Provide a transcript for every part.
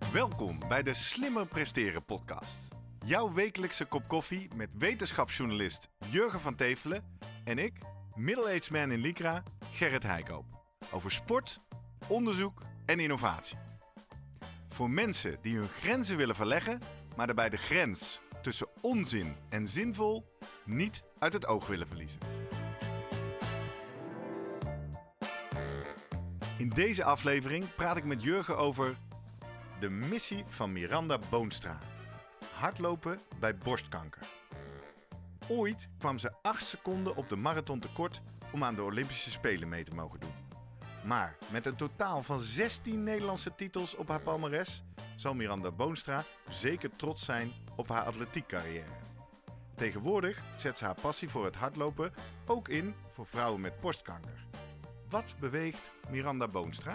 Welkom bij de Slimmer Presteren podcast. Jouw wekelijkse kop koffie met wetenschapsjournalist Jurgen van Tevelen en ik, middle-aged man in Lycra, Gerrit Heikoop. Over sport, onderzoek en innovatie. Voor mensen die hun grenzen willen verleggen, maar daarbij de grens tussen onzin en zinvol niet uit het oog willen verliezen. In deze aflevering praat ik met Jurgen over de missie van Miranda Boonstra. Hardlopen bij borstkanker. Ooit kwam ze 8 seconden op de marathon tekort om aan de Olympische Spelen mee te mogen doen. Maar met een totaal van 16 Nederlandse titels op haar palmares zal Miranda Boonstra zeker trots zijn op haar atletiekcarrière. Tegenwoordig zet ze haar passie voor het hardlopen ook in voor vrouwen met borstkanker. Wat beweegt Miranda Boonstra?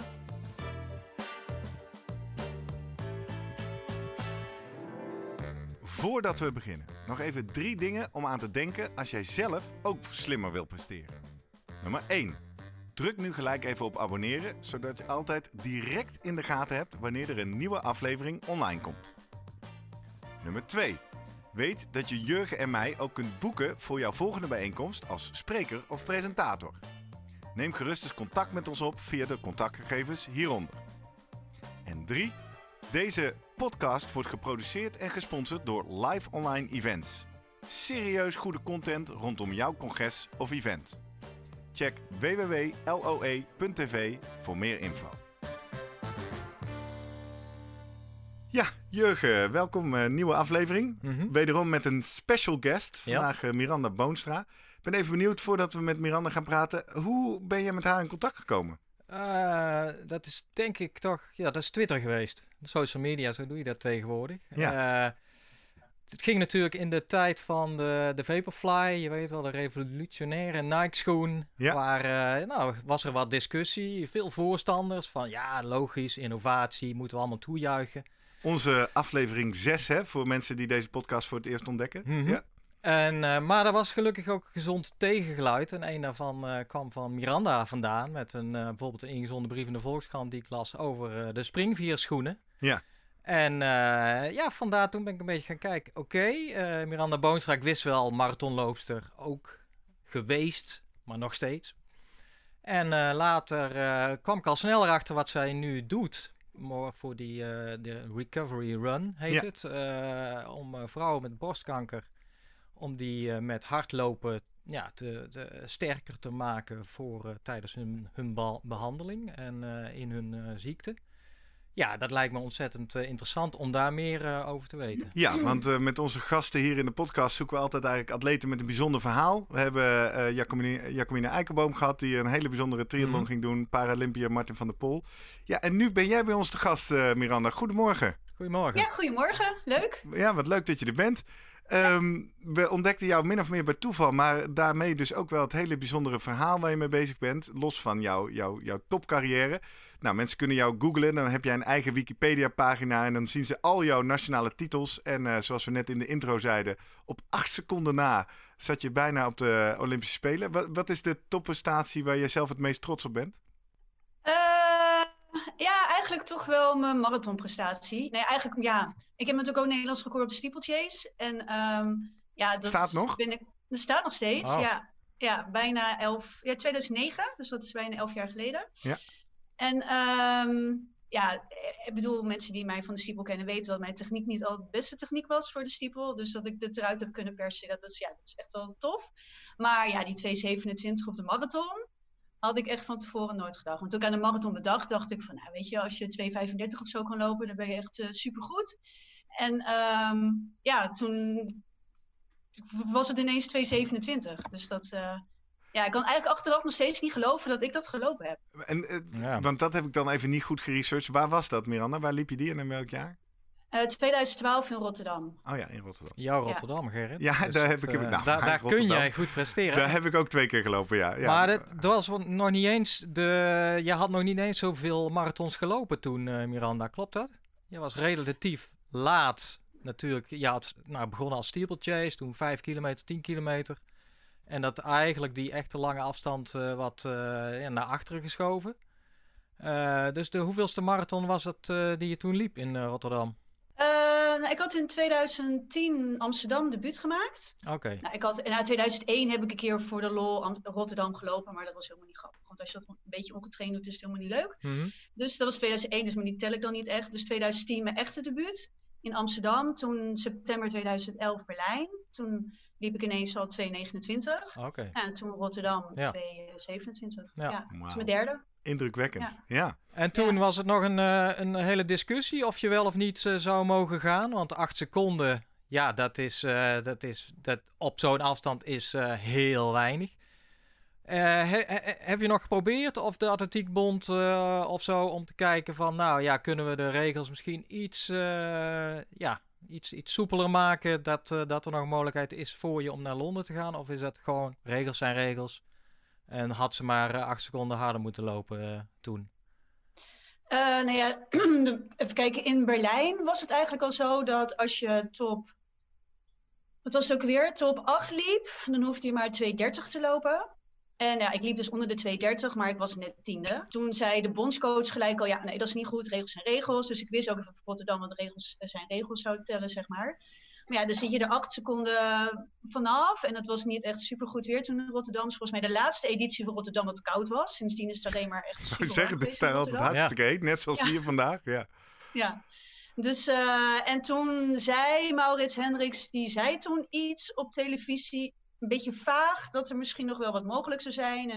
Voordat we beginnen, nog even 3 dingen om aan te denken als jij zelf ook slimmer wil presteren. Nummer 1. Druk nu gelijk even op abonneren, zodat je altijd direct in de gaten hebt wanneer er een nieuwe aflevering online komt. Nummer 2. Weet dat je Jurgen en mij ook kunt boeken voor jouw volgende bijeenkomst als spreker of presentator. Neem gerust eens contact met ons op via de contactgegevens hieronder. En 3. Deze podcast wordt geproduceerd en gesponsord door Live Online Events. Serieus goede content rondom jouw congres of event. Check www.loe.tv voor meer info. Ja, Jurgen, welkom. Nieuwe aflevering. Wederom met een special guest. Vandaag Miranda Boonstra. Ik ben even benieuwd, voordat we met Miranda gaan praten, hoe ben je met haar in contact gekomen? Dat is denk ik toch, dat is Twitter geweest. Social media, zo doe je dat tegenwoordig. Ja. Het ging natuurlijk in de tijd van de Vaporfly, je weet wel, de revolutionaire Nike-schoen. Ja. Waar was er wat discussie, veel voorstanders van logisch, innovatie, moeten we allemaal toejuichen. Onze aflevering 6, voor mensen die deze podcast voor het eerst ontdekken. Mm-hmm. Ja. Maar er was gelukkig ook gezond tegengeluid. En een daarvan kwam van Miranda vandaan. Met bijvoorbeeld een ingezonden brief in de Volkskrant die ik las over de springvierschoenen. Ja. En vandaar toen ben ik een beetje gaan kijken. Oké, Miranda Boonstra, ik wist wel, marathonloopster ook geweest, maar nog steeds. En later kwam ik al sneller achter wat zij nu doet. Voor de Recovery Run heet het. Om vrouwen met borstkanker, om die met hardlopen te sterker te maken voor tijdens hun behandeling en in hun ziekte. Ja, dat lijkt me ontzettend interessant om daar meer over te weten. Ja, want met onze gasten hier in de podcast zoeken we altijd eigenlijk atleten met een bijzonder verhaal. We hebben Jacomine Eikelboom gehad, die een hele bijzondere triathlon ging doen. Paralympiër Martin van der Pol. Ja, en nu ben jij bij ons de gast, Miranda. Goedemorgen. Goedemorgen. Ja, goedemorgen. Leuk. Ja, wat leuk dat je er bent. We ontdekten jou min of meer bij toeval, maar daarmee dus ook wel het hele bijzondere verhaal waar je mee bezig bent, los van jouw topcarrière. Nou, mensen kunnen jou googlen, dan heb jij een eigen Wikipedia-pagina en dan zien ze al jouw nationale titels. En zoals we net in de intro zeiden, op 8 seconden na zat je bijna op de Olympische Spelen. Wat is de topprestatie waar jij zelf het meest trots op bent? Ja, eigenlijk toch wel mijn marathonprestatie. Nee, eigenlijk ik heb natuurlijk ook Nederlands record op de steeplechase. En dat staat nog? Dat staat nog steeds, oh. Ja, bijna 2009, dus dat is bijna 11 jaar geleden. Ja. En ik bedoel, mensen die mij van de steeple kennen weten dat mijn techniek niet al de beste techniek was voor de steeple. Dus dat ik dit eruit heb kunnen persen, dat is echt wel tof. Maar die 2:27 op de marathon had ik echt van tevoren nooit gedacht. Want toen ik aan de marathon bedacht, dacht ik van, weet je, als je 2:35 of zo kan lopen, dan ben je echt supergoed. En toen was het ineens 2:27. Dus dat, ik kan eigenlijk achteraf nog steeds niet geloven dat ik dat gelopen heb. Want dat heb ik dan even niet goed geresearched. Waar was dat, Miranda? Waar liep je die en in welk jaar? 2012 in Rotterdam. Oh ja, in Rotterdam. Jouw Rotterdam, Gerrit. Ja, dus daar heb ik hem. Daar kun jij goed presteren. Daar heb ik ook 2 keer gelopen, ja. Maar dat was nog niet eens je had nog niet eens zoveel marathons gelopen toen, Miranda. Klopt dat? Je was relatief laat natuurlijk. Je had begonnen als steeplechase, toen 5 kilometer, 10 kilometer. En dat eigenlijk die echte lange afstand naar achteren geschoven. Dus de hoeveelste marathon was het die je toen liep in Rotterdam? Ik had in 2010 Amsterdam debuut gemaakt. Oké. In 2001 heb ik een keer voor de lol Rotterdam gelopen, maar dat was helemaal niet grappig. Want als je dat een beetje ongetraind doet, is het helemaal niet leuk. Mm-hmm. Dus dat was 2001, dus maar die tel ik dan niet echt. Dus 2010 mijn echte debuut in Amsterdam. Toen september 2011 Berlijn. Toen liep ik ineens al 2:29. Oké. En toen Rotterdam 2:27. Ja. Dat is mijn derde. Indrukwekkend, ja. En toen was het nog een hele discussie of je wel of niet zou mogen gaan. Want 8 seconden, ja, dat op zo'n afstand is heel weinig. Heb je nog geprobeerd of de Atletiekbond of zo om te kijken van, nou ja, kunnen we de regels misschien iets soepeler maken, dat er nog een mogelijkheid is voor je om naar Londen te gaan? Of is dat gewoon, regels zijn regels? En had ze maar 8 seconden harder moeten lopen toen? Even kijken. In Berlijn was het eigenlijk al zo dat als je top 8 liep, dan hoefde je maar 2:30 te lopen. En ja, ik liep dus onder de 2:30, maar ik was net 10e. Toen zei de bondscoach gelijk al, ja, nee, dat is niet goed, regels zijn regels. Dus ik wist ook even voor Rotterdam wat regels zijn regels zou tellen, zeg maar. Maar ja, dan zit je er 8 seconden vanaf. En het was niet echt super goed weer toen in Rotterdam. Dus volgens mij de laatste editie van Rotterdam wat koud was. Sindsdien is het alleen maar echt super warm het is daar altijd hartstikke heet, net zoals hier vandaag. Ja. Dus, en toen zei Maurits Hendricks, die zei toen iets op televisie, een beetje vaag, dat er misschien nog wel wat mogelijk zou zijn.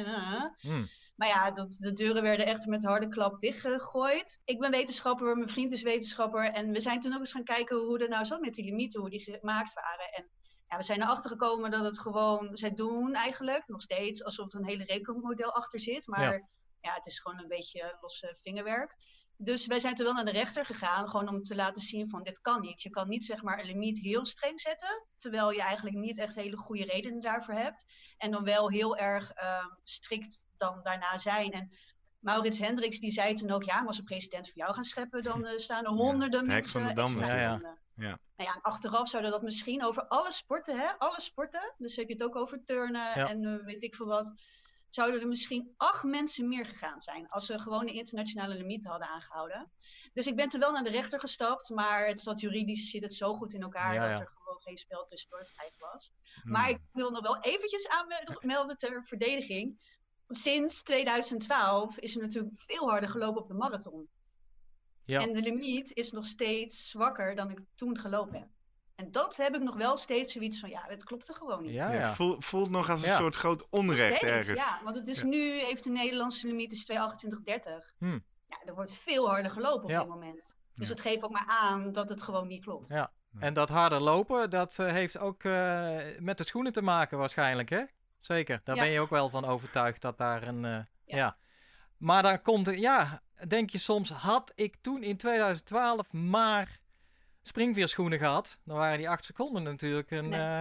Maar ja, de deuren werden echt met harde klap dichtgegooid. Ik ben wetenschapper, mijn vriend is wetenschapper. En we zijn toen ook eens gaan kijken hoe het nou zat met die limieten, hoe die gemaakt waren. En ja, we zijn erachter gekomen dat het gewoon, zij doen eigenlijk nog steeds alsof er een hele rekenmodel achter zit. Maar ja, het is gewoon een beetje losse vingerwerk. Dus wij zijn toen wel naar de rechter gegaan, gewoon om te laten zien van dit kan niet. Je kan niet zeg maar een limiet heel streng zetten, terwijl je eigenlijk niet echt hele goede redenen daarvoor hebt. En dan wel heel erg strikt dan daarna zijn. En Maurits Hendricks die zei toen ook, ja, maar als we president voor jou gaan scheppen, dan staan er honderden mensen extra. Nou ja, en achteraf zouden dat misschien over alle sporten, alle sporten, dus heb je het ook over turnen en weet ik veel wat, zouden er misschien 8 mensen meer gegaan zijn als we gewoon de internationale limieten hadden aangehouden. Dus ik ben toen wel naar de rechter gestapt, maar het zat juridisch, zit het zo goed in elkaar dat er gewoon geen spel tussendoor te krijgen was. Maar ik wil nog wel eventjes aanmelden ter verdediging. Sinds 2012 is er natuurlijk veel harder gelopen op de marathon. Ja. En de limiet is nog steeds zwakker dan ik toen gelopen heb. En dat heb ik nog wel steeds zoiets van, ja, het klopt er gewoon niet. Ja. Voelt nog als een soort groot onrecht ergens. Ja, want het is nu, heeft de Nederlandse limiet is 2:28:30. Ja, er wordt veel harder gelopen op dit moment. Dus het geeft ook maar aan dat het gewoon niet klopt. Ja, en dat harder lopen, dat heeft ook met de schoenen te maken waarschijnlijk, hè? Zeker, daar ben je ook wel van overtuigd dat daar een... Maar dan komt er, denk je soms, had ik toen in 2012 maar springveerschoenen gehad, dan waren die 8 seconden natuurlijk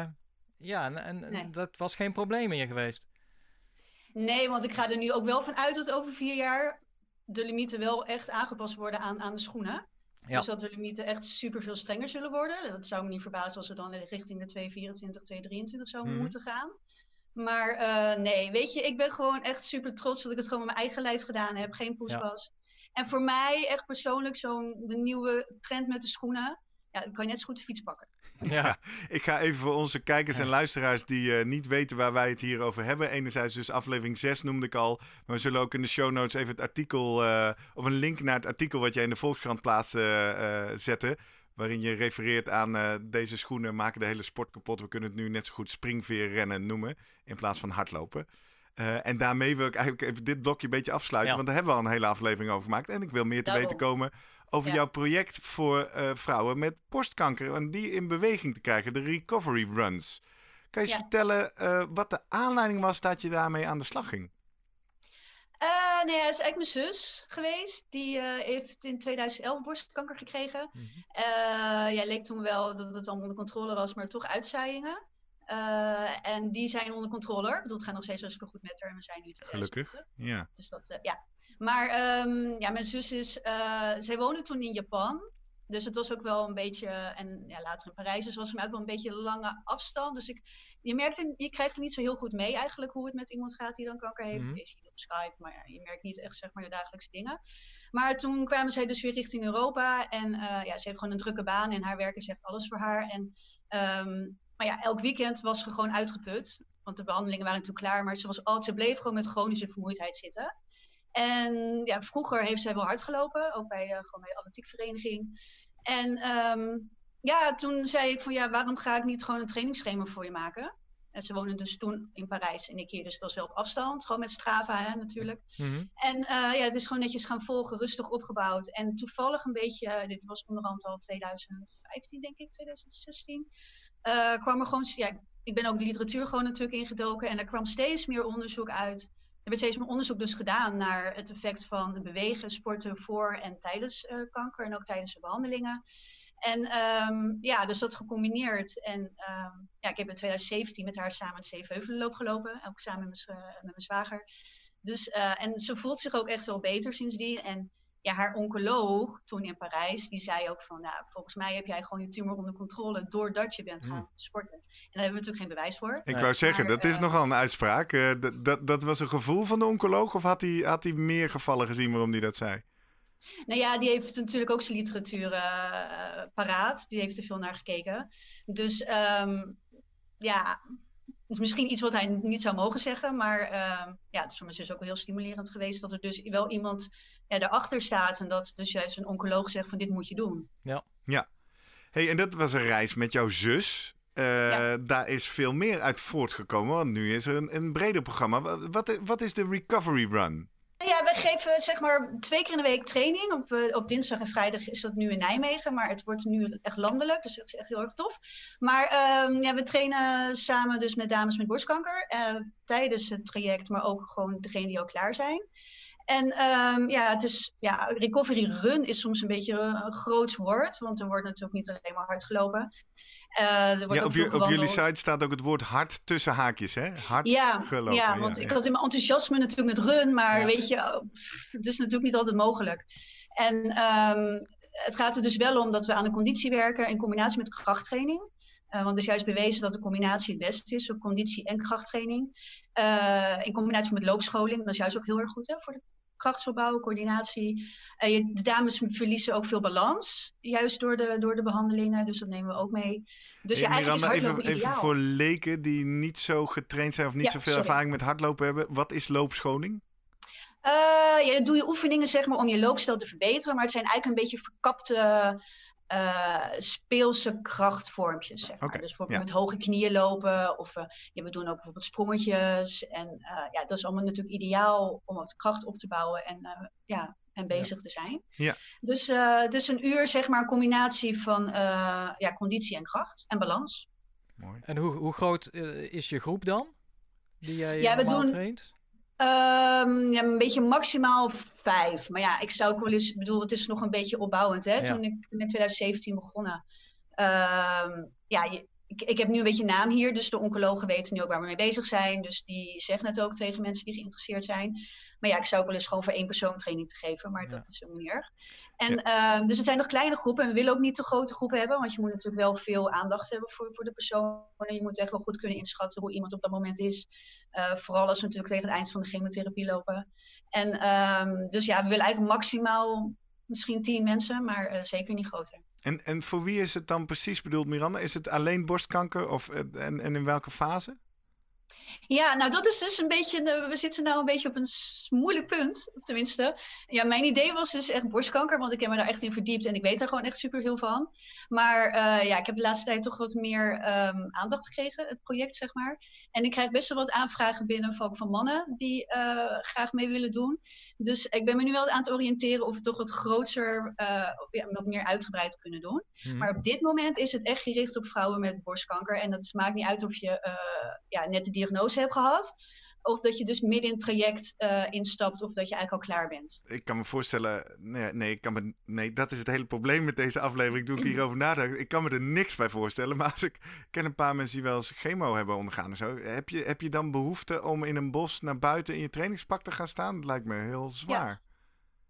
dat was geen probleem meer geweest. Nee, want ik ga er nu ook wel van uit dat over 4 jaar de limieten wel echt aangepast worden aan de schoenen. Ja. Dus dat de limieten echt super veel strenger zullen worden. Dat zou me niet verbazen als we dan richting de 2:24, 2:23 zouden moeten gaan. Maar nee, weet je, ik ben gewoon echt super trots dat ik het gewoon met mijn eigen lijf gedaan heb. Geen poespas. En voor mij echt persoonlijk de nieuwe trend met de schoenen. Ja, dan kan je net zo goed de fiets pakken. Ja, ik ga even voor onze kijkers en luisteraars die niet weten waar wij het hier over hebben. Enerzijds dus aflevering 6 noemde ik al. Maar we zullen ook in de show notes even het artikel of een link naar het artikel wat jij in de Volkskrant plaatst zetten. Waarin je refereert aan deze schoenen maken de hele sport kapot. We kunnen het nu net zo goed springveerrennen noemen in plaats van hardlopen. En daarmee wil ik eigenlijk even dit blokje een beetje afsluiten. Want daar hebben we al een hele aflevering over gemaakt. En ik wil meer te weten komen over jouw project voor vrouwen met borstkanker. En die in beweging te krijgen, de recovery runs. Kan je eens vertellen wat de aanleiding was dat je daarmee aan de slag ging? Nee, dat is eigenlijk mijn zus geweest. Die heeft in 2011 borstkanker gekregen. Leek toen wel dat het allemaal onder controle was, maar toch uitzaaiingen. En die zijn onder controle. Ik bedoel, het gaat nog steeds hartstikke goed met haar. En we zijn nu 2020. Gelukkig, ja. Dus dat, Maar mijn zus zij woonde toen in Japan. Dus het was ook wel een beetje, en ja, later in Parijs, dus was het ook wel een beetje lange afstand. Dus je krijgt er niet zo heel goed mee eigenlijk hoe het met iemand gaat die dan kanker heeft. Je ziet op Skype, maar ja, je merkt niet echt zeg maar de dagelijkse dingen. Maar toen kwamen zij dus weer richting Europa en ja, ze heeft gewoon een drukke baan en haar werk is echt alles voor haar. En, maar ja, elk weekend was ze gewoon uitgeput, want de behandelingen waren natuurlijk klaar, maar ze bleef gewoon met chronische vermoeidheid zitten. En ja, vroeger heeft zij wel hard gelopen, ook gewoon bij de atletiekvereniging. En ja, toen zei ik van ja, waarom ga ik niet gewoon een trainingsschema voor je maken? En ze wonen dus toen in Parijs en ik hier, dus dat was wel op afstand, gewoon met Strava hè, natuurlijk. En ja, het is gewoon netjes gaan volgen, rustig opgebouwd. En toevallig een beetje, dit was onderhand al 2015 denk ik, 2016, kwam er gewoon, ja, ik ben ook de literatuur gewoon natuurlijk ingedoken en er kwam steeds meer onderzoek uit. Er werd steeds meer onderzoek dus gedaan naar het effect van bewegen, sporten voor en tijdens kanker en ook tijdens de behandelingen. En ja, dus dat gecombineerd. En ja, ik heb in 2017 met haar samen de Zevenheuvelenloop gelopen, ook samen met mijn zwager. Dus, en ze voelt zich ook echt wel beter sindsdien. En ja, haar oncoloog toen in Parijs, die zei ook van, nou, volgens mij heb jij gewoon je tumor onder controle doordat je bent gaan sporten. En daar hebben we natuurlijk geen bewijs voor. Ik wou zeggen, maar, dat is nogal een uitspraak. Dat was een gevoel van de oncoloog of had hij meer gevallen gezien waarom hij dat zei? Nou ja, die heeft natuurlijk ook zijn literatuur paraat. Die heeft er veel naar gekeken. Dus ja, is misschien iets wat hij niet zou mogen zeggen. Maar ja, het is voor mijn zus ook wel heel stimulerend geweest dat er dus wel iemand erachter staat. En dat dus juist een oncoloog zegt van dit moet je doen. Ja. Hey, en dat was een reis met jouw zus. Daar is veel meer uit voortgekomen. Want nu is er een breder programma. Wat is de Recovery Run? Ja, we geven zeg maar 2 keer in de week training. Op dinsdag en vrijdag is dat nu in Nijmegen. Maar het wordt nu echt landelijk. Dus dat is echt heel erg tof. Maar ja, we trainen samen dus met dames met borstkanker. Tijdens het traject, maar ook gewoon degenen die al klaar zijn. En ja, het is, ja, recovery run is soms een beetje een groot woord. Want er wordt natuurlijk niet alleen maar hard gelopen. Op jullie site staat ook het woord hard tussen haakjes, hè? Hard gelopen. Ja, want ik had in mijn enthousiasme natuurlijk met run, maar weet je, het is natuurlijk niet altijd mogelijk. En het gaat er dus wel om dat we aan de conditie werken in combinatie met krachttraining. Want het is juist bewezen dat de combinatie het beste is, op conditie en krachttraining. In combinatie met loopscholing, dat is juist ook heel erg goed hè, voor de krachtsopbouw, coördinatie. De dames verliezen ook veel balans, juist door de behandelingen. Dus dat nemen we ook mee. Dus ja, eigenlijk Miranda, is hardlopen even voor leken die niet zo getraind zijn of niet zoveel ervaring met hardlopen hebben. Wat is loopscholing? Ja, dan doe je oefeningen zeg maar, om je loopstijl te verbeteren. Maar het zijn eigenlijk een beetje verkapte speelse krachtvormpjes. Zeg maar. Dus bijvoorbeeld met hoge knieën lopen. Of we doen ook bijvoorbeeld sprongetjes. En ja, dat is allemaal natuurlijk ideaal om wat kracht op te bouwen. En bezig te zijn. Ja. Dus het is een uur, zeg maar, een combinatie van conditie en kracht en balans. Mooi. En hoe groot is je groep dan? Die jij traint? Een beetje maximaal 5. Maar ja, ik zou ook wel eens... bedoel, het is nog een beetje opbouwend, hè? Ja. Toen ik in 2017 begonnen. Ik heb nu een beetje naam hier. Dus de oncologen weten nu ook waar we mee bezig zijn. Dus die zeggen het ook tegen mensen die geïnteresseerd zijn. Maar ja, ik zou ook wel eens gewoon voor 1 persoon training te geven. Maar dat is helemaal niet erg. En dus het zijn nog kleine groepen. En we willen ook niet te grote groepen hebben. Want je moet natuurlijk wel veel aandacht hebben voor de persoon. Je moet echt wel goed kunnen inschatten hoe iemand op dat moment is. Vooral als we natuurlijk tegen het eind van de chemotherapie lopen. En dus ja, we willen eigenlijk maximaal misschien 10 mensen. Maar zeker niet groter. En voor wie is het dan precies bedoeld, Miranda? Is het alleen borstkanker en in welke fase? Ja, nou dat is dus een beetje, we zitten nou een beetje op een moeilijk punt, of tenminste. Ja, mijn idee was dus echt borstkanker, want ik heb me daar echt in verdiept en ik weet daar gewoon echt super veel van. Maar ik heb de laatste tijd toch wat meer aandacht gekregen, het project zeg maar. En ik krijg best wel wat aanvragen binnen, ook van mannen die graag mee willen doen. Dus ik ben me nu wel aan het oriënteren of we toch wat groter, wat meer uitgebreid kunnen doen. Maar op dit moment is het echt gericht op vrouwen met borstkanker. En dat maakt niet uit of je net de diagnose hebt gehad. Of dat je dus midden in het traject instapt of dat je eigenlijk al klaar bent. Ik kan me voorstellen... Nee, dat is het hele probleem met deze aflevering. Doe ik hierover nadenken. Ik kan me er niks bij voorstellen. Maar als ik ken een paar mensen die wel eens chemo hebben ondergaan en zo. Heb je dan behoefte om in een bos naar buiten in je trainingspak te gaan staan? Dat lijkt me heel zwaar.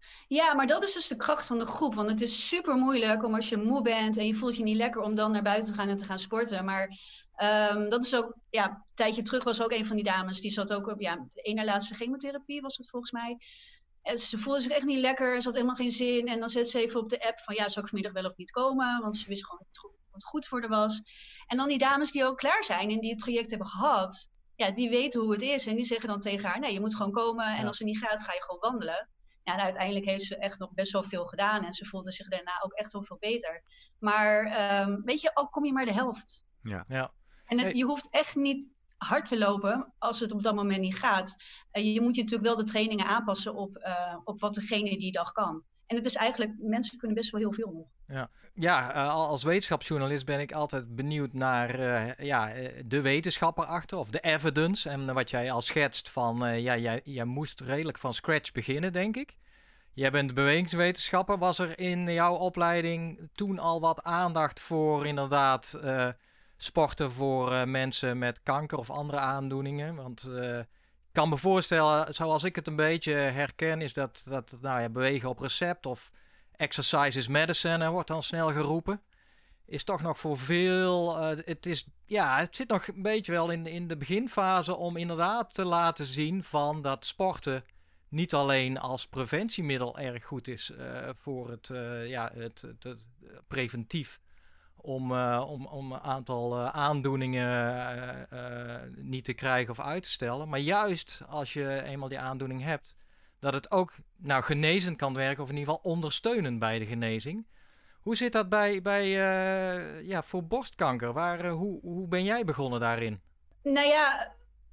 Ja, maar dat is dus de kracht van de groep. Want het is super moeilijk om als je moe bent en je voelt je niet lekker om dan naar buiten te gaan en te gaan sporten. Maar dat is ook, ja, een tijdje terug was ook een van die dames. Die zat ook op, de ene laatste chemotherapie was het volgens mij. En ze voelde zich echt niet lekker, ze had helemaal geen zin. En dan zet ze even op de app van, zou ik vanmiddag wel of niet komen? Want ze wist gewoon wat het goed voor haar was. En dan die dames die ook klaar zijn en die het traject hebben gehad. Ja, die weten hoe het is. En die zeggen dan tegen haar, nee, je moet gewoon komen. En als het niet gaat, ga je gewoon wandelen. Ja, en uiteindelijk heeft ze echt nog best wel veel gedaan. En ze voelde zich daarna ook echt wel veel beter. Maar weet je, al kom je maar de helft. Ja. En je hoeft echt niet hard te lopen als het op dat moment niet gaat. Je moet je natuurlijk wel de trainingen aanpassen op wat degene die dag kan. En het is eigenlijk, mensen kunnen best wel heel veel nog. Ja, als wetenschapsjournalist ben ik altijd benieuwd naar de wetenschap erachter, of de evidence. En wat jij al schetst van, jij moest redelijk van scratch beginnen, denk ik. Jij bent bewegingswetenschapper. Was er in jouw opleiding toen al wat aandacht voor inderdaad sporten voor mensen met kanker of andere aandoeningen? Want ik kan me voorstellen, zoals ik het een beetje herken, is dat bewegen op recept of exercise is medicine, wordt dan snel geroepen. Is toch nog voor veel... het zit nog een beetje wel in de beginfase om inderdaad te laten zien van dat sporten niet alleen als preventiemiddel erg goed is voor het preventief. Om een aantal aandoeningen niet te krijgen of uit te stellen. Maar juist als je eenmaal die aandoening hebt, dat het ook genezend kan werken, of in ieder geval ondersteunend bij de genezing. Hoe zit dat voor borstkanker? Hoe ben jij begonnen daarin? Nou ja,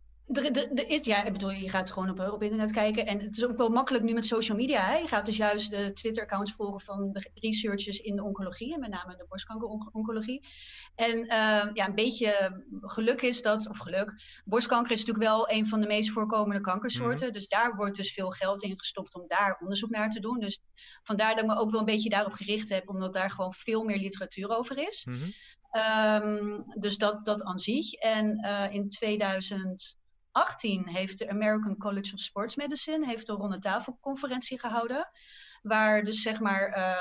ik bedoel, je gaat gewoon op internet kijken. En het is ook wel makkelijk nu met social media. Hè? Je gaat dus juist de Twitter-accounts volgen van de researchers in de oncologie. En met name de borstkanker-oncologie. En een beetje geluk is dat, of geluk. Borstkanker is natuurlijk wel een van de meest voorkomende kankersoorten. Mm-hmm. Dus daar wordt dus veel geld in gestopt om daar onderzoek naar te doen. Dus vandaar dat ik me ook wel een beetje daarop gericht heb. Omdat daar gewoon veel meer literatuur over is. Mm-hmm. Dus dat aan zich. En in 2018 heeft de American College of Sports Medicine een ronde tafelconferentie gehouden. Waar dus zeg maar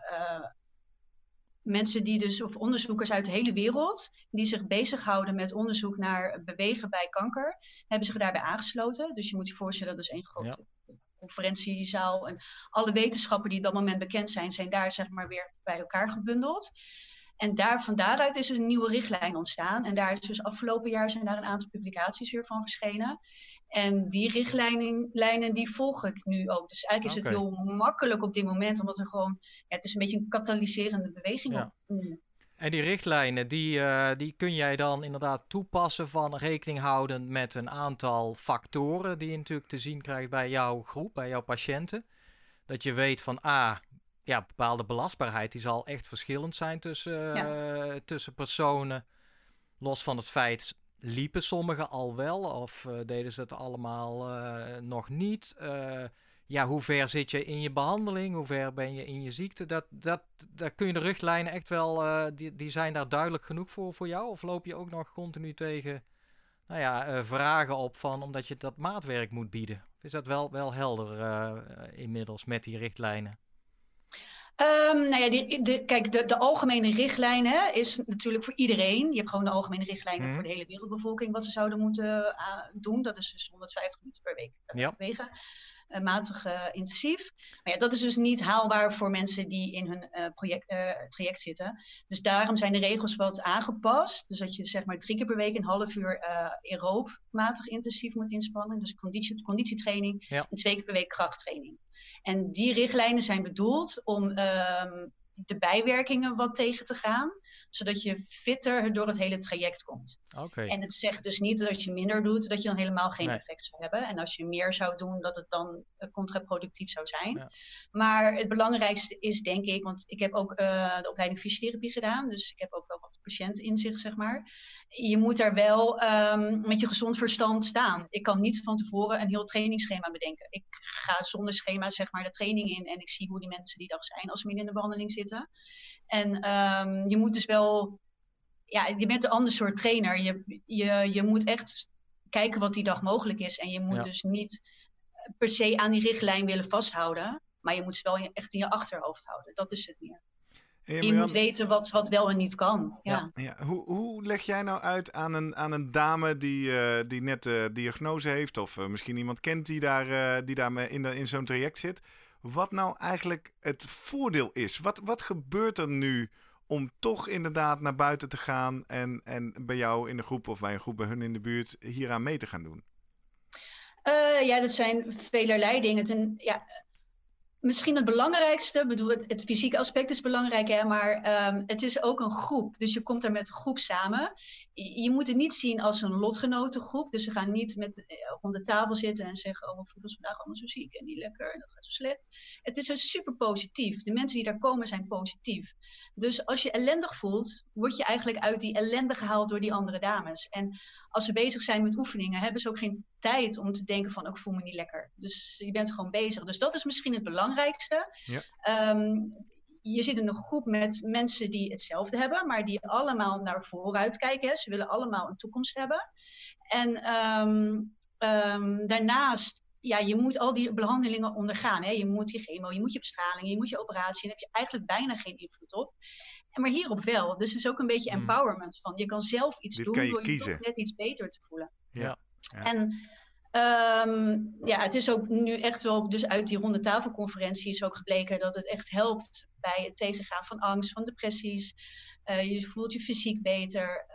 mensen die dus, of onderzoekers uit de hele wereld, die zich bezighouden met onderzoek naar bewegen bij kanker, hebben zich daarbij aangesloten. Dus je moet je voorstellen, dat is één grote conferentiezaal. En alle wetenschappen die op dat moment bekend zijn daar zeg maar weer bij elkaar gebundeld. En van daaruit is er een nieuwe richtlijn ontstaan. En daar is dus afgelopen jaar zijn daar een aantal publicaties weer van verschenen. En die richtlijnen die volg ik nu ook. Dus eigenlijk is het heel makkelijk op dit moment, omdat er gewoon, het is een beetje een katalyserende beweging. Ja. En die richtlijnen, die kun jij dan inderdaad toepassen van rekening houdend met een aantal factoren die je natuurlijk te zien krijgt bij jouw groep, bij jouw patiënten. Dat je weet van bepaalde belastbaarheid die zal echt verschillend zijn tussen personen. Los van het feit, liepen sommigen al wel of deden ze het allemaal nog niet? Hoe ver zit je in je behandeling? Hoe ver ben je in je ziekte? Daar kun je de richtlijnen echt wel, die zijn daar duidelijk genoeg voor jou? Of loop je ook nog continu tegen vragen op van, omdat je dat maatwerk moet bieden? Of is dat wel helder inmiddels met die richtlijnen? Kijk, de algemene richtlijn is natuurlijk voor iedereen. Je hebt gewoon de algemene richtlijnen voor de hele wereldbevolking wat ze zouden moeten doen. Dat is dus 150 minuten per week bewegen. Matig intensief. Maar dat is dus niet haalbaar voor mensen die in hun traject zitten. Dus daarom zijn de regels wat aangepast. Dus dat je zeg maar 3 keer per week een half uur aeroob matig intensief moet inspannen. Dus conditietraining en 2 keer per week krachttraining. En die richtlijnen zijn bedoeld om de bijwerkingen wat tegen te gaan, zodat je fitter door het hele traject komt. En het zegt dus niet dat als je minder doet, dat je dan helemaal geen effect zou hebben. En als je meer zou doen, dat het dan contraproductief zou zijn. Ja. Maar het belangrijkste is, denk ik, want ik heb ook de opleiding fysiotherapie gedaan, dus ik heb ook wel wat patiënteninzicht, zeg maar. Je moet daar wel met je gezond verstand staan. Ik kan niet van tevoren een heel trainingsschema bedenken. Ik ga zonder schema, zeg maar, de training in en ik zie hoe die mensen die dag zijn als ze midden in de behandeling zitten. En je moet dus wel, je bent een ander soort trainer. Je moet echt kijken wat die dag mogelijk is. En je moet dus niet per se aan die richtlijn willen vasthouden. Maar je moet ze wel echt in je achterhoofd houden. Dat is het meer. En je moet weten wat wel en niet kan. Ja. Hoe leg jij nou uit aan een dame die net de diagnose heeft... of misschien iemand kent die daar in zo'n traject zit... wat nou eigenlijk het voordeel is? Wat gebeurt er nu om toch inderdaad naar buiten te gaan... en bij jou in de groep of bij een groep bij hun in de buurt hieraan mee te gaan doen? Dat zijn velerlei dingen. Misschien het belangrijkste, het fysieke aspect is belangrijk, hè, maar het is ook een groep. Dus je komt er met een groep samen. Je moet het niet zien als een lotgenotengroep. Dus ze gaan niet rond de tafel zitten en zeggen... we voelen ons vandaag allemaal zo ziek en niet lekker en dat gaat zo slecht. Het is super positief. De mensen die daar komen zijn positief. Dus als je ellendig voelt, word je eigenlijk uit die ellende gehaald door die andere dames. En als ze bezig zijn met oefeningen, hebben ze ook geen tijd om te denken van... ik voel me niet lekker. Dus je bent gewoon bezig. Dus dat is misschien het belangrijkste. Ja. Je zit in een groep met mensen die hetzelfde hebben... maar die allemaal naar vooruit kijken. Hè. Ze willen allemaal een toekomst hebben. En daarnaast... je moet al die behandelingen ondergaan. Hè. Je moet je chemo, je moet je bestraling, je moet je operatie. Daar heb je eigenlijk bijna geen invloed op. Maar hierop wel. Dus het is ook een beetje empowerment van. Je kan zelf iets doen door je toch net iets beter te voelen. Ja. En het is ook nu echt wel, dus uit die ronde tafelconferentie is ook gebleken dat het echt helpt bij het tegengaan van angst, van depressies. Je voelt je fysiek beter.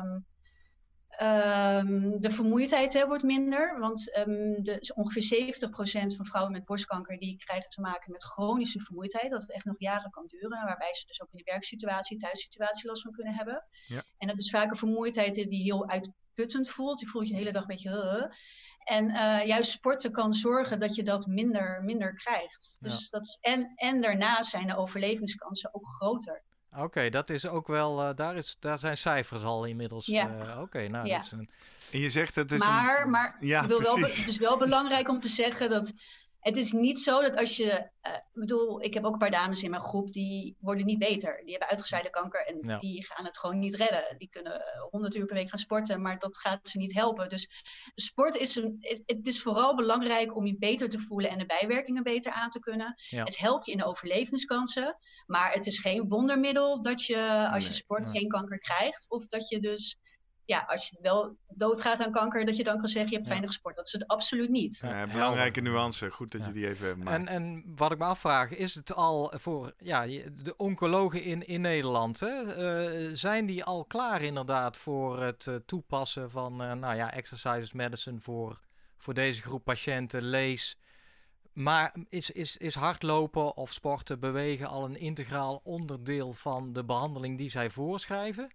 De vermoeidheid wordt minder, want ongeveer 70% van vrouwen met borstkanker die krijgen te maken met chronische vermoeidheid, dat het echt nog jaren kan duren, waarbij ze dus ook in de werksituatie, thuissituatie last van kunnen hebben. Ja. En dat is vaak een vermoeidheid die heel uitputtend voelt. Je voelt je de hele dag een beetje... En juist sporten kan zorgen dat je dat minder krijgt. Dus en daarnaast zijn de overlevingskansen ook groter. Oké, dat is ook wel, daar zijn cijfers al inmiddels. Ja. Dat is een... En je zegt het is maar het is wel belangrijk om te zeggen dat het is niet zo dat als je... ik heb ook een paar dames in mijn groep die worden niet beter. Die hebben uitgezaaide kanker en die gaan het gewoon niet redden. Die kunnen 100 uur per week gaan sporten, maar dat gaat ze niet helpen. Dus sport het is vooral belangrijk om je beter te voelen en de bijwerkingen beter aan te kunnen. Ja. Het helpt je in de overlevingskansen, maar het is geen wondermiddel dat je als je sport geen kanker krijgt. Of dat je dus... als je wel doodgaat aan kanker, dat je dan kan zeggen, je hebt weinig gesport. Dat is het absoluut niet. Belangrijke nuance. Goed dat je die even maakt. En wat ik me afvraag, is het al voor de oncologen in Nederland, zijn die al klaar inderdaad voor het toepassen van exercise medicine voor deze groep patiënten, lees. Maar is hardlopen of sporten, bewegen al een integraal onderdeel van de behandeling die zij voorschrijven?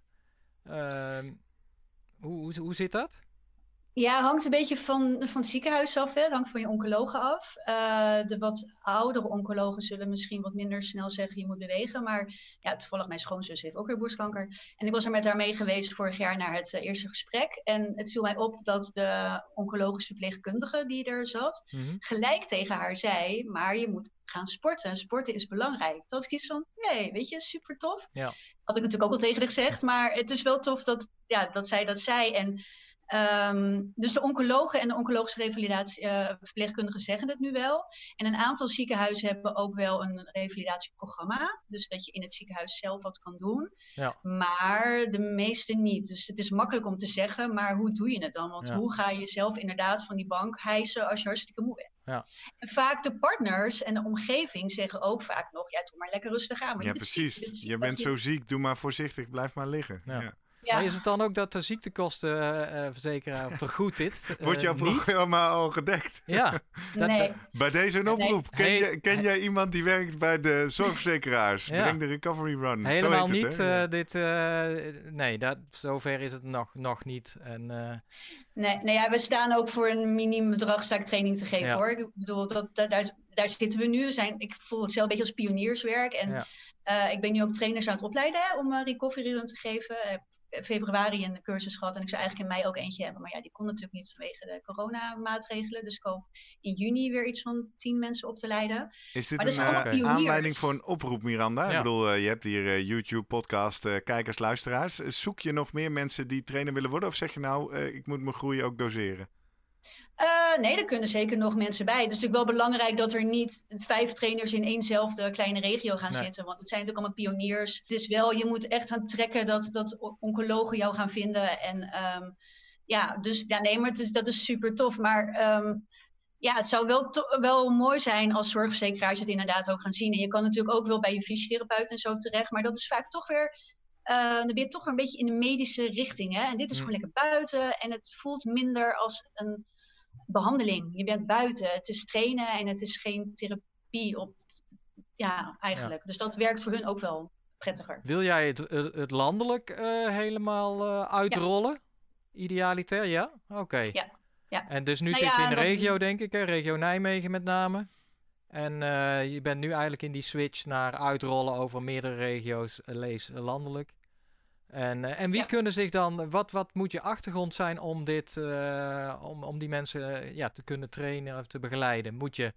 Hoe zit dat? Ja, hangt een beetje van het ziekenhuis af. Hè? Het hangt van je oncologen af. De wat oudere oncologen zullen misschien wat minder snel zeggen je moet bewegen. Maar toevallig mijn schoonzus heeft ook weer borstkanker. En ik was er met haar mee geweest vorig jaar naar het eerste gesprek. En het viel mij op dat de oncologische verpleegkundige die er zat... gelijk tegen haar zei, maar je moet gaan sporten. Sporten is belangrijk. Dat ik iets van, nee, weet je, super tof. Ja. Had ik natuurlijk ook al tegen haar gezegd. Maar het is wel tof dat zij dat zei. En... dus de oncologen en de oncologische verpleegkundigen zeggen het nu wel. En een aantal ziekenhuizen hebben ook wel een revalidatieprogramma. Dus dat je in het ziekenhuis zelf wat kan doen. Ja. Maar de meeste niet. Dus het is makkelijk om te zeggen, maar hoe doe je het dan? Want hoe ga je jezelf inderdaad van die bank hijsen als je hartstikke moe bent? Ja. En vaak de partners en de omgeving zeggen ook vaak nog, doe maar lekker rustig aan. Maar precies. Je bent zo ziek, doe maar voorzichtig, blijf maar liggen. Ja. Ja. Maar is het dan ook dat de ziektekostenverzekeraar vergoedt dit? Wordt jouw programma al gedekt? Ja. Nee. Bij deze een oproep. Ken jij iemand die werkt bij de zorgverzekeraars? Ja. Breng de recovery run. Helemaal zo heet het, niet. Zover is het nog niet. En, we staan ook voor een minimumbedrag training te geven hoor. Ik bedoel, daar zitten we nu. Ik voel het zelf een beetje als pionierswerk. En ik ben nu ook trainers aan het opleiden om recovery run te geven. Februari een cursus gehad en ik zou eigenlijk in mei ook eentje hebben. Maar die kon natuurlijk niet vanwege de coronamaatregelen. Dus ik hoop in juni weer iets van 10 mensen op te leiden. Is dit een aanleiding voor een oproep, Miranda? Ja. Ik bedoel, je hebt hier YouTube, podcast, kijkers, luisteraars. Zoek je nog meer mensen die trainer willen worden? Of zeg je ik moet mijn groei ook doseren? Nee, er kunnen zeker nog mensen bij. Het is natuurlijk wel belangrijk dat er niet 5 trainers in éénzelfde kleine regio gaan zitten. Want het zijn natuurlijk allemaal pioniers. Het is wel, je moet echt gaan trekken dat oncologen jou gaan vinden. En maar dat is super tof. Maar het zou wel mooi zijn als zorgverzekeraars het inderdaad ook gaan zien. En je kan natuurlijk ook wel bij je fysiotherapeut en zo terecht. Maar dat is vaak toch weer... dan ben je toch weer een beetje in de medische richting. Hè? En dit is gewoon lekker buiten. En het voelt minder als een behandeling. Je bent buiten. Het is trainen en het is geen therapie eigenlijk. Dus dat werkt voor hun ook wel prettiger. Wil jij het landelijk helemaal uitrollen? Ja. Idealitair, ja? Oké. Ja. En dus nu zit je in de regio, denk ik, hè? Regio Nijmegen met name. En je bent nu eigenlijk in die switch naar uitrollen over meerdere regio's, lees landelijk. En wie kunnen zich dan, wat moet je achtergrond zijn om dit, om die mensen te kunnen trainen of te begeleiden? Moet je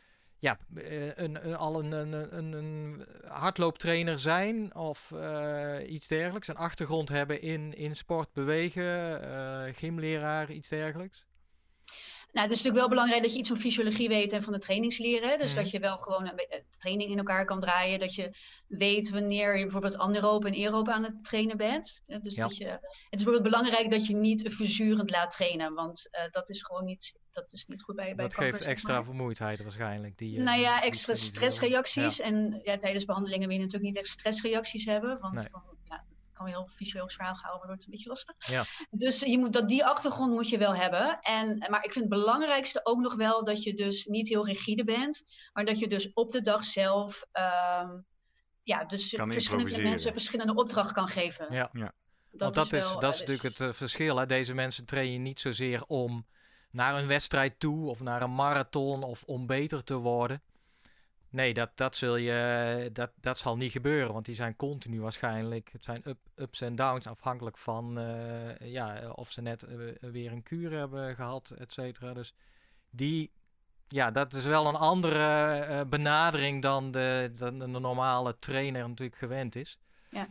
een hardlooptrainer zijn of iets dergelijks? Een achtergrond hebben in sport, bewegen, gymleraar, iets dergelijks? Nou, het is natuurlijk wel belangrijk dat je iets van fysiologie weet en van de trainingsleren. Dus dat je wel gewoon een training in elkaar kan draaien. Dat je weet wanneer je bijvoorbeeld anaerobe en aerobe aan het trainen bent. Dus het is bijvoorbeeld belangrijk dat je niet verzurend laat trainen. Want dat is gewoon niet goed bij dat kanker. Geeft extra vermoeidheid waarschijnlijk. Extra stressreacties. Ja. En tijdens behandelingen wil je natuurlijk niet echt stressreacties hebben. Want dan kan een heel visueel verhaal gehouden, wordt het een beetje lastig. Ja. Dus die achtergrond moet je wel hebben. Maar ik vind het belangrijkste ook nog wel dat je dus niet heel rigide bent, maar dat je dus op de dag zelf verschillende mensen verschillende opdrachten kan geven. Ja. Dat is natuurlijk het verschil. Hè? Deze mensen trainen niet zozeer om naar een wedstrijd toe of naar een marathon of om beter te worden. Nee, dat zal niet gebeuren, want die zijn continu waarschijnlijk. Het zijn ups en downs afhankelijk van of ze net weer een kuur hebben gehad, et cetera. Dus dat is wel een andere benadering dan de normale trainer natuurlijk gewend is. Ja.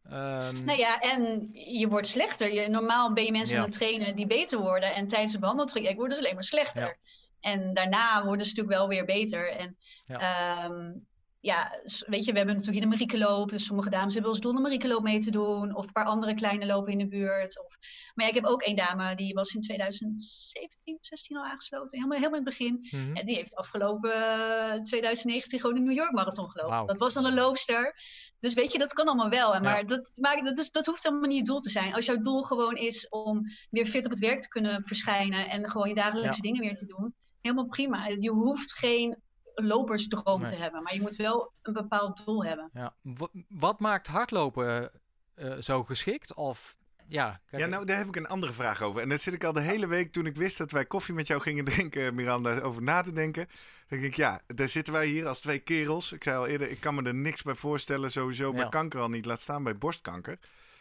En je wordt slechter. Normaal ben je mensen aan het trainen die beter worden. En tijdens de behandeltraject worden ze alleen maar slechter. Ja. En daarna worden ze natuurlijk wel weer beter. En weet je, we hebben natuurlijk in de Mariekenloop. Dus sommige dames hebben als doel de Mariekenloop mee te doen. Of een paar andere kleine lopen in de buurt. Maar ik heb ook één dame, die was in 2017, 16 al aangesloten. Helemaal in het begin. Mm-hmm. En die heeft afgelopen 2019 gewoon de New York Marathon gelopen. Wow. Dat was dan een loopster. Dus weet je, dat kan allemaal wel. Maar dat hoeft helemaal niet je doel te zijn. Als jouw doel gewoon is om weer fit op het werk te kunnen verschijnen. En gewoon je dagelijkse dingen weer te doen. Helemaal prima. Je hoeft geen lopersdroom te hebben. Maar je moet wel een bepaald doel hebben. Ja. Wat maakt hardlopen zo geschikt? Of... daar heb ik een andere vraag over. En daar zit ik al de hele week, toen ik wist dat wij koffie met jou gingen drinken, Miranda, over na te denken. Dan denk ik, daar zitten wij hier als 2 kerels. Ik zei al eerder, ik kan me er niks bij voorstellen, sowieso bij kanker al niet, laat staan bij borstkanker.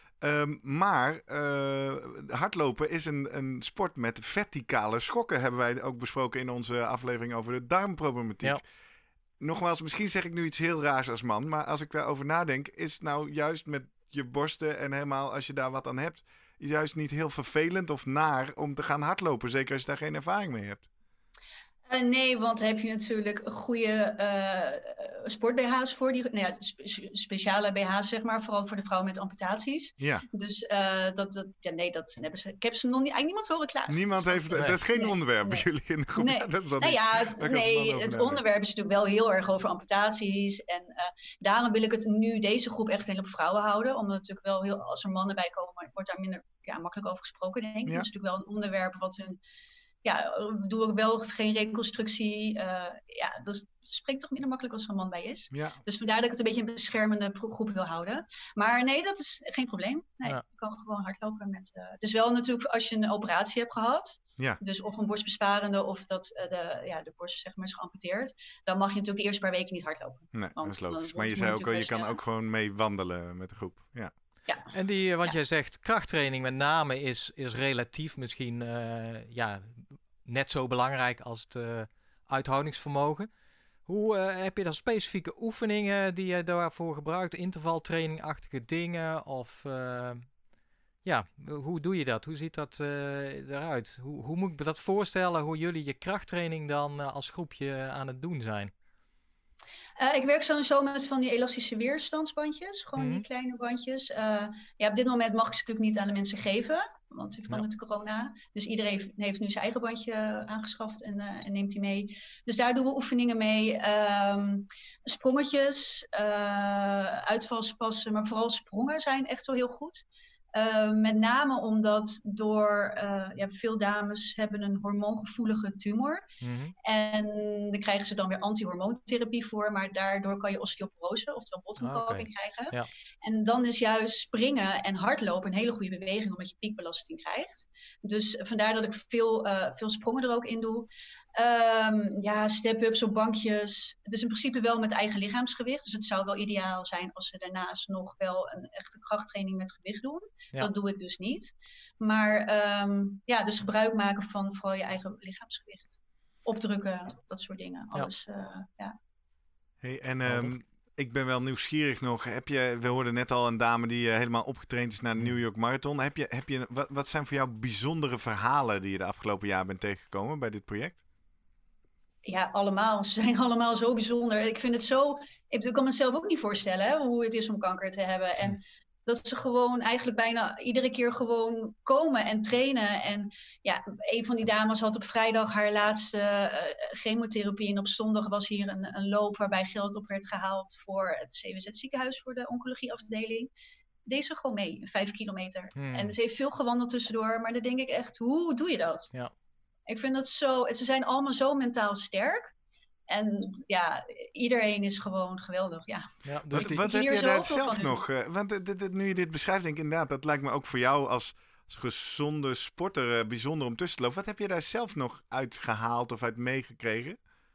Maar hardlopen is een sport met verticale schokken, hebben wij ook besproken in onze aflevering over de darmproblematiek. Ja. Nogmaals, misschien zeg ik nu iets heel raars als man, maar als ik daarover nadenk, is het nou juist met je borsten en helemaal als je daar wat aan hebt, juist niet heel vervelend of naar om te gaan hardlopen, zeker als je daar geen ervaring mee hebt? Nee, want heb je natuurlijk goede sport-BH's voor. Speciale BH's, zeg maar. Vooral voor de vrouwen met amputaties. Ja. Dus dat hebben ze. Ik heb ze nog niet. Eigenlijk niemand horen klagen. Niemand heeft. Dat is geen onderwerp bij jullie in de groep. Nee. Dat is dat het onderwerp is natuurlijk wel heel erg over amputaties. En daarom wil ik het nu deze groep echt heel op vrouwen houden. Omdat natuurlijk wel heel, als er mannen bij komen, wordt daar minder makkelijk over gesproken, denk ik. Ja. Dat is natuurlijk wel een onderwerp wat hun. Doe ik wel geen reconstructie. Dat spreekt toch minder makkelijk als er een man bij is. Ja. Dus vandaar dat ik het een beetje een beschermende groep wil houden. Maar nee, dat is geen probleem. Nee, je kan gewoon hardlopen met... Het is wel natuurlijk als je een operatie hebt gehad. Ja. Dus of een borstbesparende of dat de borst zeg maar is geamputeerd. Dan mag je natuurlijk de eerste paar weken niet hardlopen. Nee, dat is logisch. Maar je zei ook al, je kan ook gewoon mee wandelen met de groep. Ja. Ja. En jij zegt krachttraining met name is relatief misschien net zo belangrijk als het uithoudingsvermogen. Hoe heb je dan specifieke oefeningen die je daarvoor gebruikt? Intervaltraining-achtige dingen? Of hoe doe je dat? Hoe ziet dat eruit? Hoe moet ik me dat voorstellen, hoe jullie je krachttraining dan als groepje aan het doen zijn? Ik werk sowieso met van die elastische weerstandsbandjes. Gewoon die kleine bandjes. Op dit moment mag ik ze natuurlijk niet aan de mensen geven. Want in verband met corona. Dus iedereen heeft nu zijn eigen bandje aangeschaft en neemt die mee. Dus daar doen we oefeningen mee. Sprongetjes, uitvalspassen. Maar vooral sprongen zijn echt wel heel goed. Met name omdat veel dames hebben een hormoongevoelige tumor. En daar krijgen ze dan weer antihormoontherapie voor. Maar daardoor kan je osteoporose, oftewel botontkalking krijgen. Ja. En dan is juist springen en hardlopen een hele goede beweging, omdat je piekbelasting krijgt. Dus vandaar dat ik veel sprongen er ook in doe. Step-ups op bankjes. Dus in principe wel met eigen lichaamsgewicht. Dus het zou wel ideaal zijn als ze daarnaast nog wel een echte krachttraining met gewicht doen. Ja. Dat doe ik dus niet. Maar dus gebruik maken van vooral je eigen lichaamsgewicht. Opdrukken, dat soort dingen. Alles, Hey, en ik ben wel nieuwsgierig nog. We hoorden net al een dame die helemaal opgetraind is naar de New York Marathon. Wat zijn voor jou bijzondere verhalen die je de afgelopen jaar bent tegengekomen bij dit project? Ja, allemaal. Ze zijn allemaal zo bijzonder. Ik vind het zo... Ik kan mezelf ook niet voorstellen hoe het is om kanker te hebben. En dat ze gewoon eigenlijk bijna iedere keer gewoon komen en trainen. En ja, een van die dames had op vrijdag haar laatste chemotherapie. En op zondag was hier een loop waarbij geld op werd gehaald voor het CWZ ziekenhuis, voor de oncologieafdeling. Deze gewoon mee, 5 kilometer. En ze heeft veel gewandeld tussendoor. Maar dan denk ik echt, hoe doe je dat? Ja. Ik vind dat zo... Ze zijn allemaal zo mentaal sterk. En ja, iedereen is gewoon geweldig. Ja. Wat heb je daar zelf nog? Want nu je dit beschrijft, denk ik inderdaad, dat lijkt me ook voor jou als gezonde sporter bijzonder om tussen te lopen. Wat heb je daar zelf nog uitgehaald of uit meegekregen?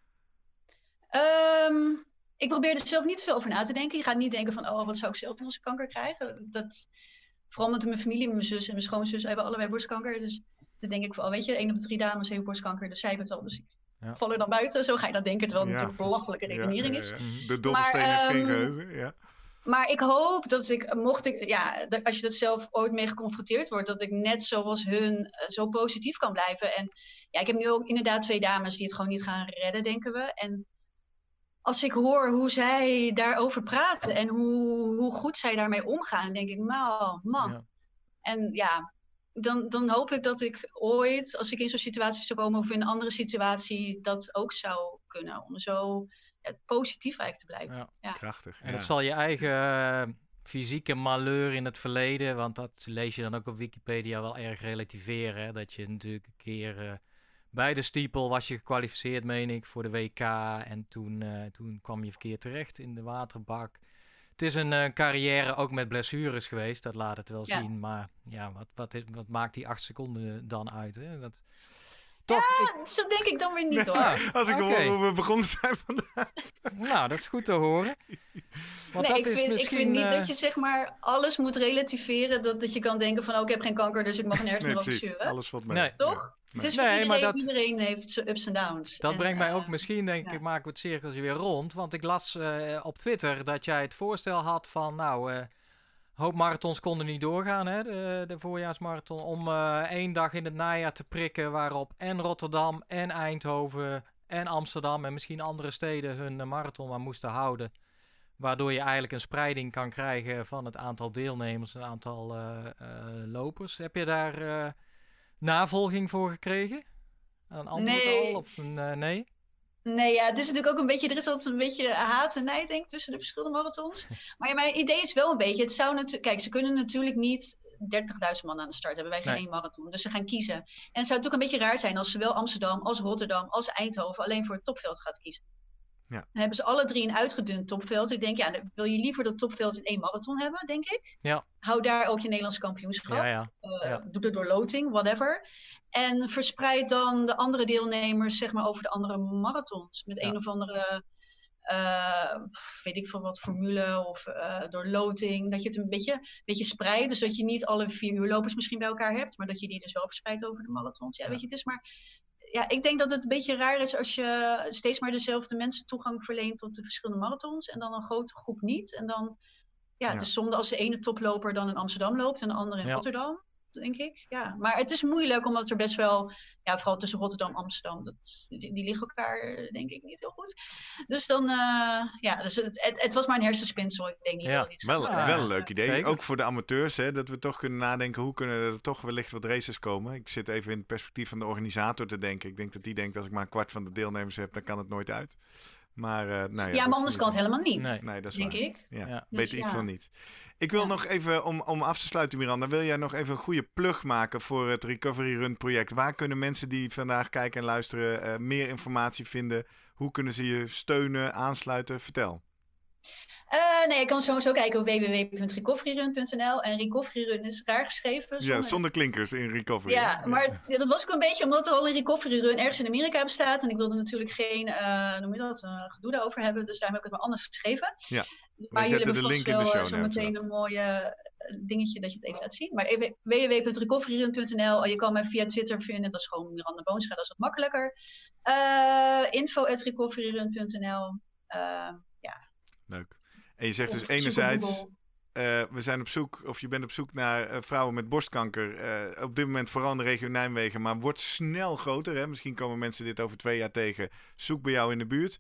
Ik probeer er zelf niet veel over na te denken. Je gaat niet denken van, wat zou ik zelf van als ik kanker krijgen? Vooral met mijn familie, mijn zus en mijn schoonzus hebben allebei borstkanker. Dus dan denk ik van, 1 op de 3 dames heeft borstkanker. Dus zij hebben het al, dus ik val er dan buiten. Zo ga je dan denken, terwijl het natuurlijk een belachelijke redenering is. De dobbelsteen heeft geen geheugen, Maar ik hoop dat als je dat zelf ooit mee geconfronteerd wordt, dat ik net zoals hun zo positief kan blijven. En ja, ik heb nu ook inderdaad 2 dames die het gewoon niet gaan redden, denken we. En als ik hoor hoe zij daarover praten en hoe goed zij daarmee omgaan, dan denk ik, man. Ja. En ja, dan hoop ik dat ik ooit, als ik in zo'n situatie zou komen of in een andere situatie, dat ook zou kunnen. Om zo positief eigenlijk te blijven. Ja. Krachtig. En dat zal je eigen fysieke malheur in het verleden, want dat lees je dan ook op Wikipedia, wel erg relativeren. Hè? Dat je natuurlijk een keer... bij de steeple was je gekwalificeerd, meen ik, voor de WK. En toen kwam je verkeerd terecht in de waterbak. Het is een carrière ook met blessures geweest. Dat laat het wel zien. Maar ja, wat maakt die 8 seconden dan uit? Hè? Zo denk ik dan weer niet, hoor. Als ik hoor hoe we begonnen zijn vandaag. Nou, dat is goed te horen. Want ik vind niet dat je zeg maar alles moet relativeren. Dat je kan denken van, ik heb geen kanker, dus ik mag nergens meer over zeuren. Alles valt mee. Toch? Het is voor iedereen heeft ups en downs. Dat brengt mij ook misschien, denk ik, maken we het cirkeltje weer rond. Want ik las op Twitter dat jij het voorstel had van, hoop marathons konden niet doorgaan, hè, de voorjaarsmarathon, om 1 dag in het najaar te prikken waarop en Rotterdam en Eindhoven en Amsterdam en misschien andere steden hun marathon maar moesten houden. Waardoor je eigenlijk een spreiding kan krijgen van het aantal deelnemers, het aantal lopers. Heb je daar navolging voor gekregen? Een antwoord al? Of nee? Nee, het is natuurlijk ook een beetje... Er is altijd een beetje haat en nijd, denk ik, tussen de verschillende marathons. Maar mijn idee is wel een beetje... Het zou natuurlijk... Kijk, ze kunnen natuurlijk niet 30.000 man aan de start hebben bij geen 1 marathon. Dus ze gaan kiezen. En het zou natuurlijk een beetje raar zijn als zowel Amsterdam als Rotterdam als Eindhoven alleen voor het topveld gaat kiezen. Ja. Dan hebben ze alle 3 een uitgedund topveld. Ik denk, dan wil je liever dat topveld in 1 marathon hebben, denk ik. Ja. Hou daar ook je Nederlands kampioenschap. Doe de doorloting, whatever. En verspreid dan de andere deelnemers zeg maar over de andere marathons. Met een of andere, weet ik veel wat, formule of doorloting. Dat je het een beetje spreidt. Dus dat je niet alle 4 uur lopers misschien bij elkaar hebt. Maar dat je die dus wel verspreidt over de marathons. Ja, weet je, het is maar... Ja, ik denk dat het een beetje raar is als je steeds maar dezelfde mensen toegang verleent tot de verschillende marathons. En dan een grote groep niet. En dan het is zonde als de ene toploper dan in Amsterdam loopt en de andere in Rotterdam, denk ik. Ja. Maar het is moeilijk, omdat er best wel, vooral tussen Rotterdam en Amsterdam, die liggen elkaar denk ik niet heel goed. Dus dan, dus het was maar een hersenspinsel. Ik denk niet dat iets wel een leuk idee. Zeker. Ook voor de amateurs, hè, dat we toch kunnen nadenken, hoe kunnen er toch wellicht wat races komen. Ik zit even in het perspectief van de organisator te denken. Ik denk dat die denkt, als ik maar een kwart van de deelnemers heb, dan kan het nooit uit. Maar, maar anders kan het helemaal niet, nee, dat is denk waar. ik. Ja. Dus, weet iets van niet. Ik wil nog even, om af te sluiten, Miranda, wil jij nog even een goede plug maken voor het Recovery Run project? Waar kunnen mensen die vandaag kijken en luisteren meer informatie vinden? Hoe kunnen ze je steunen, aansluiten? Vertel. Je kan sowieso kijken op www.recoveryrun.nl. En Recovery Run is raar geschreven. Zonder klinkers in Recovery. Ja, maar dat was ook een beetje omdat er al een Recovery Run ergens in Amerika bestaat. En ik wilde natuurlijk geen gedoe daarover hebben. Dus daarom heb ik het maar anders geschreven. Ja, maar jullie hebben vast wel zo meteen een mooie dingetje dat je het even laat zien. Maar even www.recoveryrun.nl. Je kan mij via Twitter vinden. Dat is gewoon Miranda Boonstra. Dat is wat makkelijker. info@recoveryrun.nl. Leuk. En je zegt dus enerzijds, we zijn op zoek, of je bent op zoek naar vrouwen met borstkanker. Op dit moment vooral in de regio Nijmegen, maar wordt snel groter. Hè? Misschien komen mensen dit over 2 jaar tegen. Zoek bij jou in de buurt.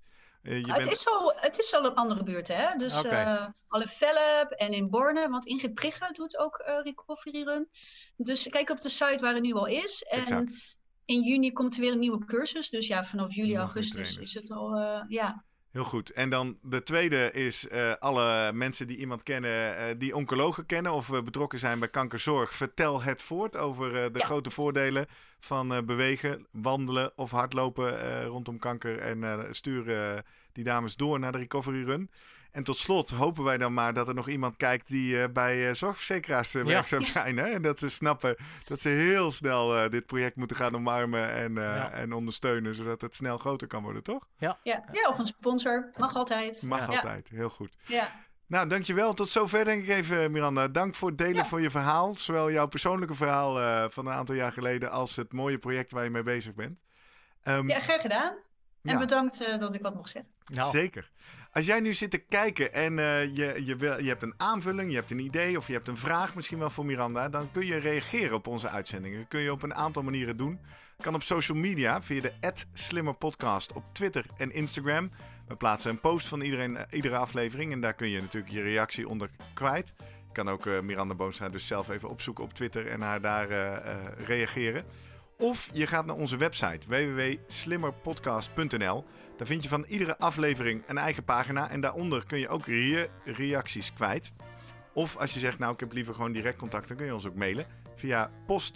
Het is al een andere buurt, hè? Dus al in Velp en in Borne, want Ingrid Prigge doet ook Recovery Run. Dus kijk op de site waar het nu al is. En exact. In juni komt er weer een nieuwe cursus. Dus vanaf juli, augustus is het al, Heel goed. En dan de tweede is alle mensen die iemand kennen, die oncologen kennen of betrokken zijn bij kankerzorg. Vertel het voort over de grote voordelen van bewegen, wandelen of hardlopen rondom kanker. En stuur die dames door naar de Recovery Run. En tot slot hopen wij dan maar dat er nog iemand kijkt die bij zorgverzekeraars werkzaam zijn. Hè? En dat ze snappen dat ze heel snel dit project moeten gaan omarmen en ondersteunen. Zodat het snel groter kan worden, toch? Ja, of een sponsor. Mag altijd. Mag altijd, heel goed. Ja. Nou, dankjewel. Tot zover denk ik even, Miranda. Dank voor het delen van je verhaal. Zowel jouw persoonlijke verhaal van een aantal jaar geleden als het mooie project waar je mee bezig bent. Graag gedaan. En bedankt dat ik wat mocht zeggen. Nou. Zeker. Als jij nu zit te kijken en je hebt een aanvulling, je hebt een idee of je hebt een vraag misschien wel voor Miranda, dan kun je reageren op onze uitzendingen. Dat kun je op een aantal manieren doen. Kan op social media via de @slimmerpodcast op Twitter en Instagram. We plaatsen een post van iedere aflevering en daar kun je natuurlijk je reactie onder kwijt. Je kan ook Miranda Boonstra dus zelf even opzoeken op Twitter en haar daar reageren. Of je gaat naar onze website www.slimmerpodcast.nl. Daar vind je van iedere aflevering een eigen pagina en daaronder kun je ook reacties kwijt. Of als je zegt, nou ik heb liever gewoon direct contact, dan kun je ons ook mailen via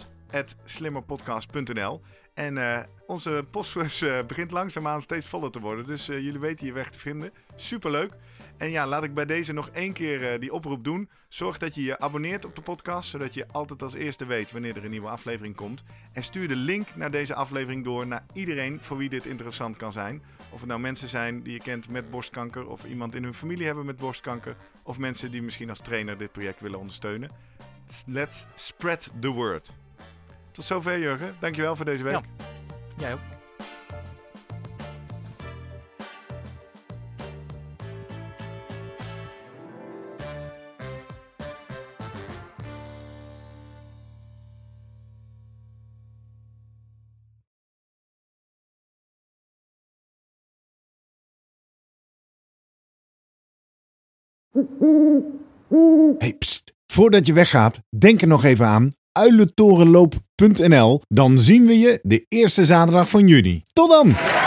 post@slimmerpodcast.nl. En onze postbus begint langzaamaan steeds voller te worden, dus jullie weten je weg te vinden. Superleuk. En laat ik bij deze nog 1 keer die oproep doen. Zorg dat je je abonneert op de podcast, zodat je altijd als eerste weet wanneer er een nieuwe aflevering komt. En stuur de link naar deze aflevering door naar iedereen voor wie dit interessant kan zijn. Of het nou mensen zijn die je kent met borstkanker, of iemand in hun familie hebben met borstkanker, of mensen die misschien als trainer dit project willen ondersteunen. Let's spread the word. Tot zover, Jurgen. Dankjewel voor deze week. Ja, jij ook. Hey, pst. Voordat je weggaat, denk er nog even aan uilentorenloop.nl. Dan zien we je de eerste zaterdag van juni. Tot dan!